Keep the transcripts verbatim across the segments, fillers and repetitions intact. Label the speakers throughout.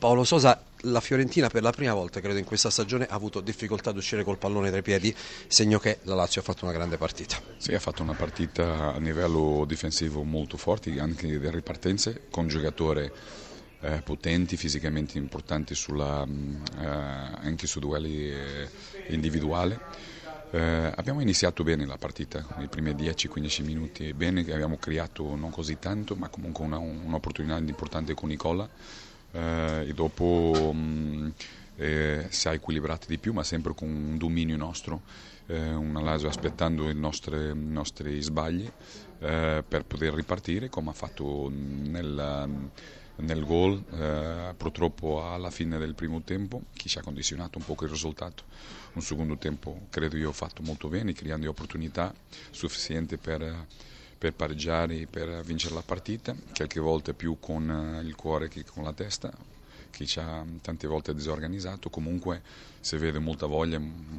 Speaker 1: Paolo Sosa, la Fiorentina per la prima volta credo in questa stagione ha avuto difficoltà ad uscire col pallone tra i piedi, segno che la Lazio ha fatto una grande partita.
Speaker 2: Sì, ha fatto una partita a livello difensivo molto forte, anche delle ripartenze, con giocatori eh, potenti, fisicamente importanti sulla, eh, anche su duelli eh, individuali. Eh, abbiamo iniziato bene la partita, i primi dieci quindici minuti bene, abbiamo creato non così tanto, ma comunque una, un'opportunità importante con Nicola. Eh, e dopo mh, eh, si è equilibrati di più, ma sempre con un dominio nostro, eh, una Lazio aspettando i nostri, i nostri sbagli eh, per poter ripartire, come ha fatto nel, nel gol, eh, purtroppo alla fine del primo tempo, che ci ha condizionato un po' il risultato. Un secondo tempo credo io ho fatto molto bene, creando opportunità sufficienti per per pareggiare, per vincere la partita, qualche volta più con il cuore che con la testa, che ci ha tante volte disorganizzato. Comunque si vede molta voglia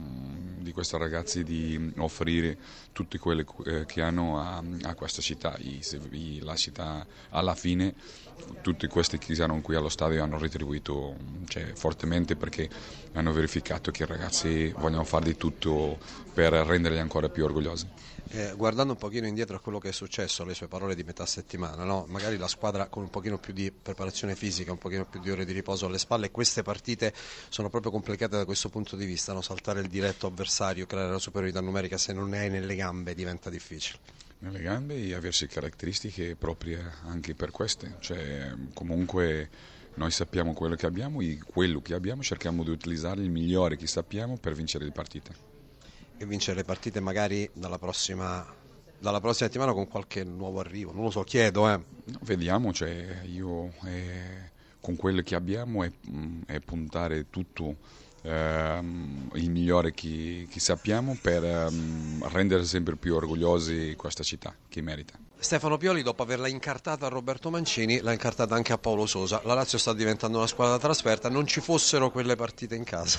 Speaker 2: di questi ragazzi di offrire tutte quelle che hanno a, a questa città. I, la città alla fine, tutti questi che erano qui allo stadio hanno retribuito cioè, fortemente, perché hanno verificato che i ragazzi vogliono fare di tutto per renderli ancora più orgogliosi.
Speaker 1: Eh, guardando un pochino indietro a quello che è successo, alle sue parole di metà settimana, no? Magari la squadra con un pochino più di preparazione fisica, un pochino più di ore di riposo alle spalle, queste partite sono proprio complicate da questo punto di vista, no? Saltare il diretto avversario, creare la superiorità numerica, se non ne hai nelle gambe diventa difficile.
Speaker 2: Nelle gambe e aversi caratteristiche proprie anche per queste, cioè comunque noi sappiamo quello che abbiamo e quello che abbiamo cerchiamo di utilizzare il migliore che sappiamo per vincere le partite.
Speaker 1: E vincere le partite magari dalla prossima, dalla prossima settimana con qualche nuovo arrivo, non lo so, chiedo. Eh.
Speaker 2: No, vediamo, cioè io eh, con quello che abbiamo è, è puntare tutto eh, il migliore che, che sappiamo per eh, rendere sempre più orgogliosi questa città che merita.
Speaker 1: Stefano Pioli, dopo averla incartata a Roberto Mancini, l'ha incartata anche a Paolo Sosa. La Lazio sta diventando una squadra da trasferta, non ci fossero quelle partite in casa.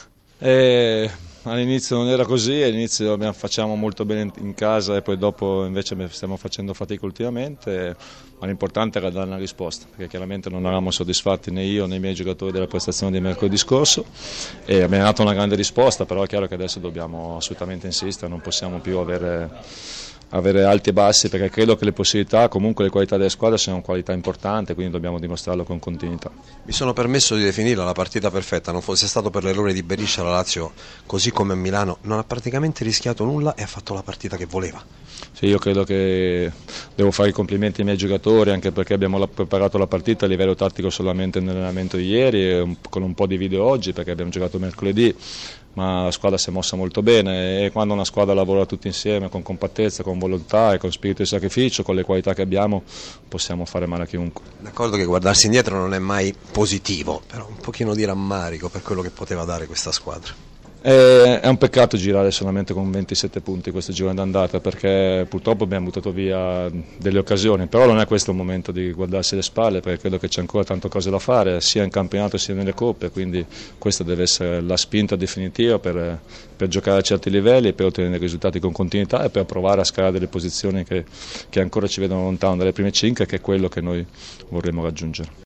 Speaker 3: Eh, all'inizio non era così, all'inizio abbiamo, facciamo molto bene in casa e poi dopo invece stiamo facendo fatica ultimamente, ma l'importante era dare una risposta, perché chiaramente non eravamo soddisfatti né io né i miei giocatori della prestazione di mercoledì scorso e abbiamo dato una grande risposta, però è chiaro che adesso dobbiamo assolutamente insistere, non possiamo più avere... avere alti e bassi, perché credo che le possibilità, comunque le qualità delle squadre siano qualità importanti, quindi dobbiamo dimostrarlo con continuità.
Speaker 1: Mi sono permesso di definirla la partita perfetta, non fosse stato per l'errore di Beriscia la Lazio, così come a Milano, non ha praticamente rischiato nulla e ha fatto la partita che voleva.
Speaker 3: Sì, io credo che devo fare i complimenti ai miei giocatori, anche perché abbiamo preparato la partita a livello tattico solamente nell'allenamento di ieri e con un po' di video oggi, perché abbiamo giocato mercoledì, ma la squadra si è mossa molto bene e quando una squadra lavora tutti insieme con compattezza, con volontà e con spirito di sacrificio, con le qualità che abbiamo, possiamo fare male a chiunque.
Speaker 1: D'accordo che guardarsi indietro non è mai positivo, però un pochino di rammarico per quello che poteva dare questa squadra.
Speaker 3: È un peccato girare solamente con ventisette punti questo giro d'andata, perché purtroppo abbiamo buttato via delle occasioni, però non è questo il momento di guardarsi le spalle, perché credo che c'è ancora tante cose da fare sia in campionato sia nelle coppe, quindi questa deve essere la spinta definitiva per, per giocare a certi livelli, per ottenere risultati con continuità e per provare a scalare delle posizioni che, che ancora ci vedono lontano dalle prime cinque, che è quello che noi vorremmo raggiungere.